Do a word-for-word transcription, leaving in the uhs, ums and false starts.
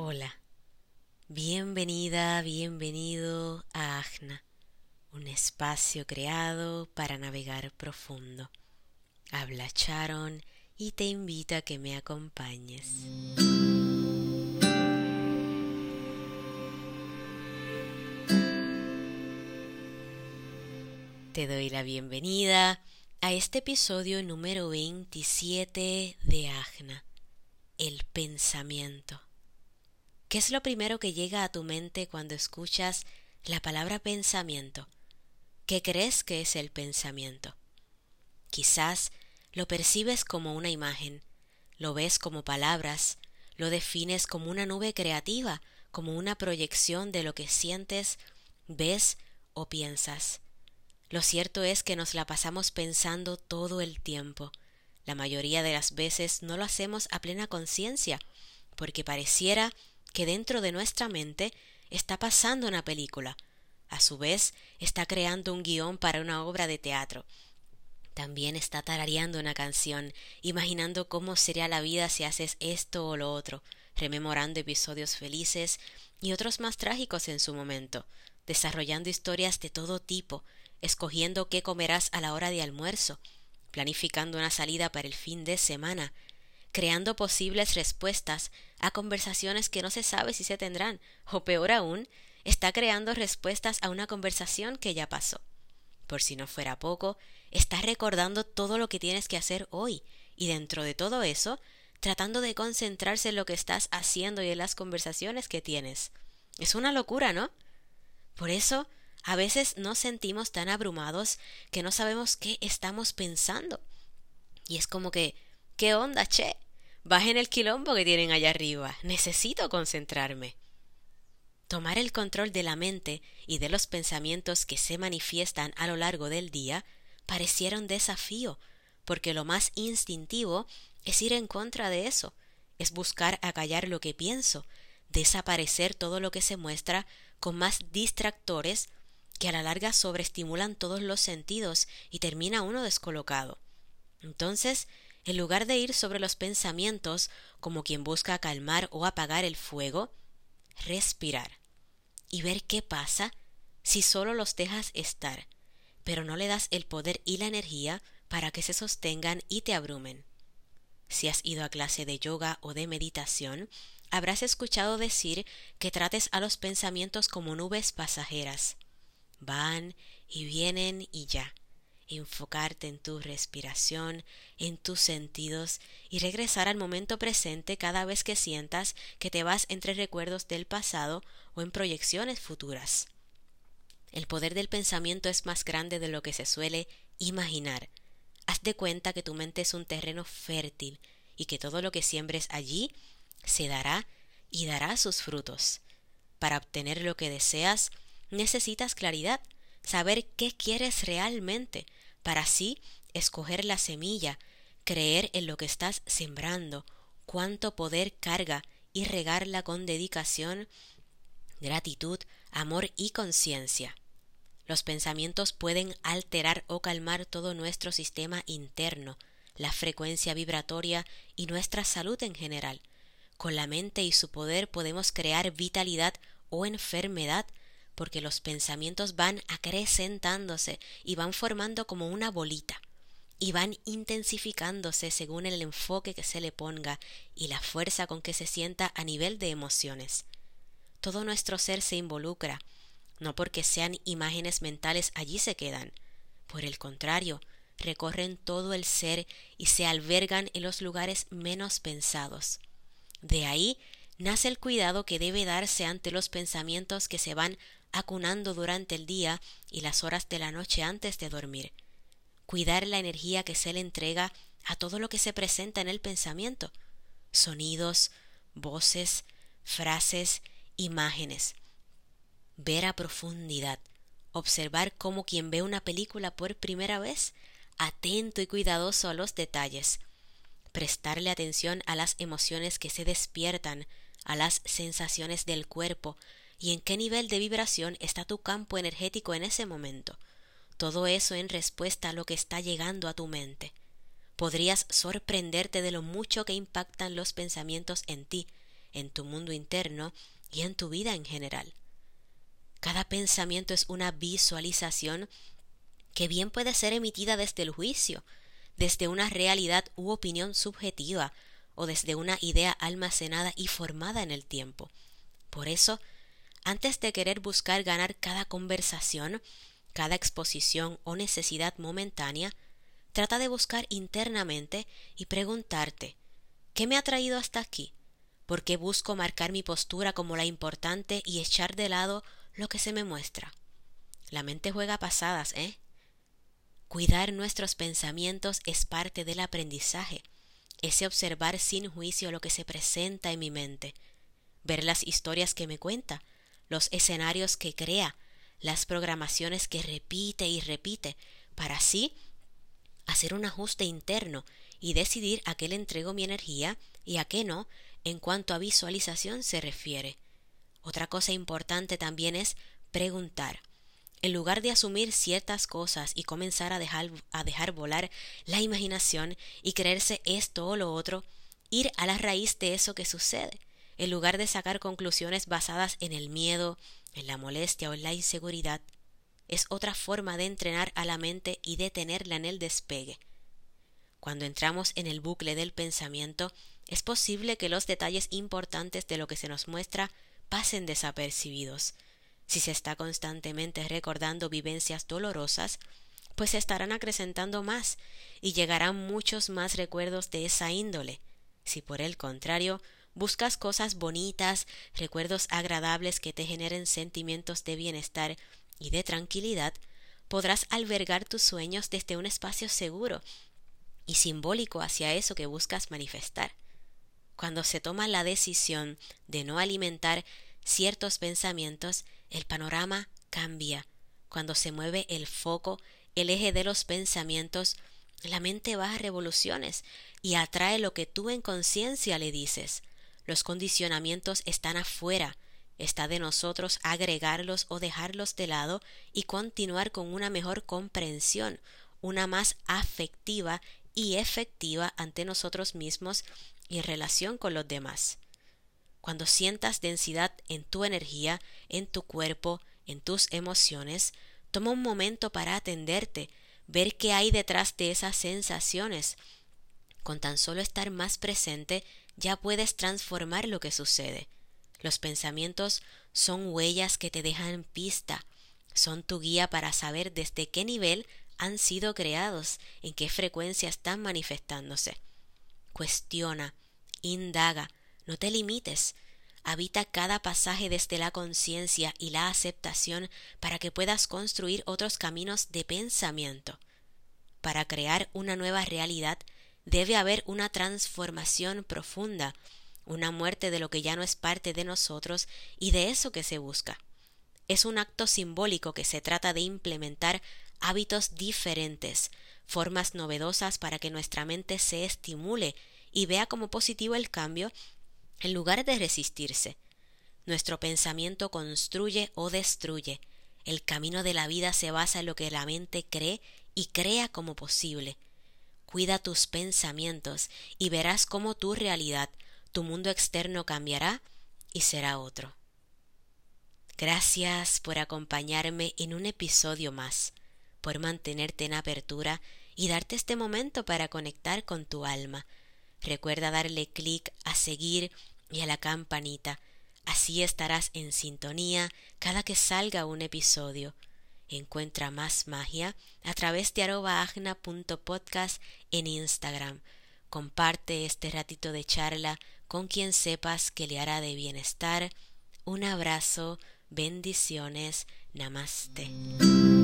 Hola, bienvenida, bienvenido a Ajna, un espacio creado para navegar profundo. Habla Sharon y te invito a que me acompañes. Te doy la bienvenida a este episodio número veintisiete de Ajna, el pensamiento. ¿Qué es lo primero que llega a tu mente cuando escuchas la palabra pensamiento? ¿Qué crees que es el pensamiento? Quizás lo percibes como una imagen, lo ves como palabras, lo defines como una nube creativa, como una proyección de lo que sientes, ves o piensas. Lo cierto es que nos la pasamos pensando todo el tiempo. La mayoría de las veces no lo hacemos a plena conciencia, porque pareciera que dentro de nuestra mente está pasando una película. A su vez, está creando un guión para una obra de teatro. También está tarareando una canción, imaginando cómo sería la vida si haces esto o lo otro, rememorando episodios felices y otros más trágicos en su momento, desarrollando historias de todo tipo, escogiendo qué comerás a la hora de almuerzo, planificando una salida para el fin de semana, creando posibles respuestas a conversaciones que no se sabe si se tendrán, o peor aún, está creando respuestas a una conversación que ya pasó. Por si no fuera poco, estás recordando todo lo que tienes que hacer hoy, y dentro de todo eso, tratando de concentrarse en lo que estás haciendo y en las conversaciones que tienes. Es una locura, ¿no? Por eso, a veces nos sentimos tan abrumados que no sabemos qué estamos pensando. Y es como que, ¿qué onda, che? Bajen el quilombo que tienen allá arriba. Necesito concentrarme. Tomar el control de la mente y de los pensamientos que se manifiestan a lo largo del día pareciera un desafío, porque lo más instintivo es ir en contra de eso, es buscar acallar lo que pienso, desaparecer todo lo que se muestra con más distractores que a la larga sobreestimulan todos los sentidos y termina uno descolocado. Entonces, en lugar de ir sobre los pensamientos como quien busca calmar o apagar el fuego, respirar y ver qué pasa si solo los dejas estar, pero no le das el poder y la energía para que se sostengan y te abrumen. Si has ido a clase de yoga o de meditación, habrás escuchado decir que trates a los pensamientos como nubes pasajeras. Van y vienen y ya. Enfocarte en tu respiración, en tus sentidos y regresar al momento presente cada vez que sientas que te vas entre recuerdos del pasado o en proyecciones futuras. El poder del pensamiento es más grande de lo que se suele imaginar. Haz de cuenta que tu mente es un terreno fértil y que todo lo que siembres allí se dará y dará sus frutos. Para obtener lo que deseas, necesitas claridad, saber qué quieres realmente, para así escoger la semilla, creer en lo que estás sembrando, cuánto poder carga y regarla con dedicación, gratitud, amor y conciencia. Los pensamientos pueden alterar o calmar todo nuestro sistema interno, la frecuencia vibratoria y nuestra salud en general. Con la mente y su poder podemos crear vitalidad o enfermedad, porque los pensamientos van acrecentándose y van formando como una bolita, y van intensificándose según el enfoque que se le ponga y la fuerza con que se sienta a nivel de emociones. Todo nuestro ser se involucra, no porque sean imágenes mentales allí se quedan, por el contrario, recorren todo el ser y se albergan en los lugares menos pensados. De ahí nace el cuidado que debe darse ante los pensamientos que se van acunando durante el día y las horas de la noche antes de dormir. Cuidar la energía que se le entrega a todo lo que se presenta en el pensamiento, sonidos, voces, frases, imágenes. Ver a profundidad, observar como quien ve una película por primera vez, atento y cuidadoso a los detalles, prestarle atención a las emociones que se despiertan, a las sensaciones del cuerpo y en qué nivel de vibración está tu campo energético en ese momento. Todo eso en respuesta a lo que está llegando a tu mente. Podrías sorprenderte de lo mucho que impactan los pensamientos en ti, en tu mundo interno y en tu vida en general. Cada pensamiento es una visualización que bien puede ser emitida desde el juicio, desde una realidad u opinión subjetiva o desde una idea almacenada y formada en el tiempo. Por eso, antes de querer buscar ganar cada conversación, cada exposición o necesidad momentánea, trata de buscar internamente y preguntarte, ¿qué me ha traído hasta aquí? ¿Por qué busco marcar mi postura como la importante y echar de lado lo que se me muestra? La mente juega pasadas, ¿eh? Cuidar nuestros pensamientos es parte del aprendizaje, ese observar sin juicio lo que se presenta en mi mente, ver las historias que me cuenta, los escenarios que crea, las programaciones que repite y repite, para así hacer un ajuste interno y decidir a qué le entrego mi energía y a qué no en cuanto a visualización se refiere. Otra cosa importante también es preguntar. En lugar de asumir ciertas cosas y comenzar a dejar, a dejar volar la imaginación y creerse esto o lo otro, ir a la raíz de eso que sucede, en lugar de sacar conclusiones basadas en el miedo, en la molestia o en la inseguridad, es otra forma de entrenar a la mente y detenerla en el despegue. Cuando entramos en el bucle del pensamiento, es posible que los detalles importantes de lo que se nos muestra pasen desapercibidos. Si se está constantemente recordando vivencias dolorosas, pues se estarán acrecentando más y llegarán muchos más recuerdos de esa índole. Si por el contrario, buscas cosas bonitas, recuerdos agradables que te generen sentimientos de bienestar y de tranquilidad, podrás albergar tus sueños desde un espacio seguro y simbólico hacia eso que buscas manifestar. Cuando se toma la decisión de no alimentar ciertos pensamientos, el panorama cambia. Cuando se mueve el foco, el eje de los pensamientos, la mente va a revoluciones y atrae lo que tú en conciencia le dices. Los condicionamientos están afuera, está de nosotros agregarlos o dejarlos de lado y continuar con una mejor comprensión, una más afectiva y efectiva ante nosotros mismos y en relación con los demás. Cuando sientas densidad en tu energía, en tu cuerpo, en tus emociones, toma un momento para atenderte, ver qué hay detrás de esas sensaciones. Con tan solo estar más presente, ya puedes transformar lo que sucede. Los pensamientos son huellas que te dejan pista, son tu guía para saber desde qué nivel han sido creados, en qué frecuencia están manifestándose. Cuestiona, indaga, no te limites. Habita cada pasaje desde la conciencia y la aceptación para que puedas construir otros caminos de pensamiento. Para crear una nueva realidad debe haber una transformación profunda, una muerte de lo que ya no es parte de nosotros y de eso que se busca. Es un acto simbólico que se trata de implementar hábitos diferentes, formas novedosas para que nuestra mente se estimule y vea como positivo el cambio en lugar de resistirse. Nuestro pensamiento construye o destruye. El camino de la vida se basa en lo que la mente cree y crea como posible. Cuida tus pensamientos y verás cómo tu realidad, tu mundo externo cambiará y será otro. Gracias por acompañarme en un episodio más, por mantenerte en apertura y darte este momento para conectar con tu alma. Recuerda darle clic a seguir y a la campanita, así estarás en sintonía cada que salga un episodio. Encuentra más magia a través de arroba agna punto podcast en Instagram. Comparte este ratito de charla con quien sepas que le hará de bienestar. Un abrazo, bendiciones, namaste.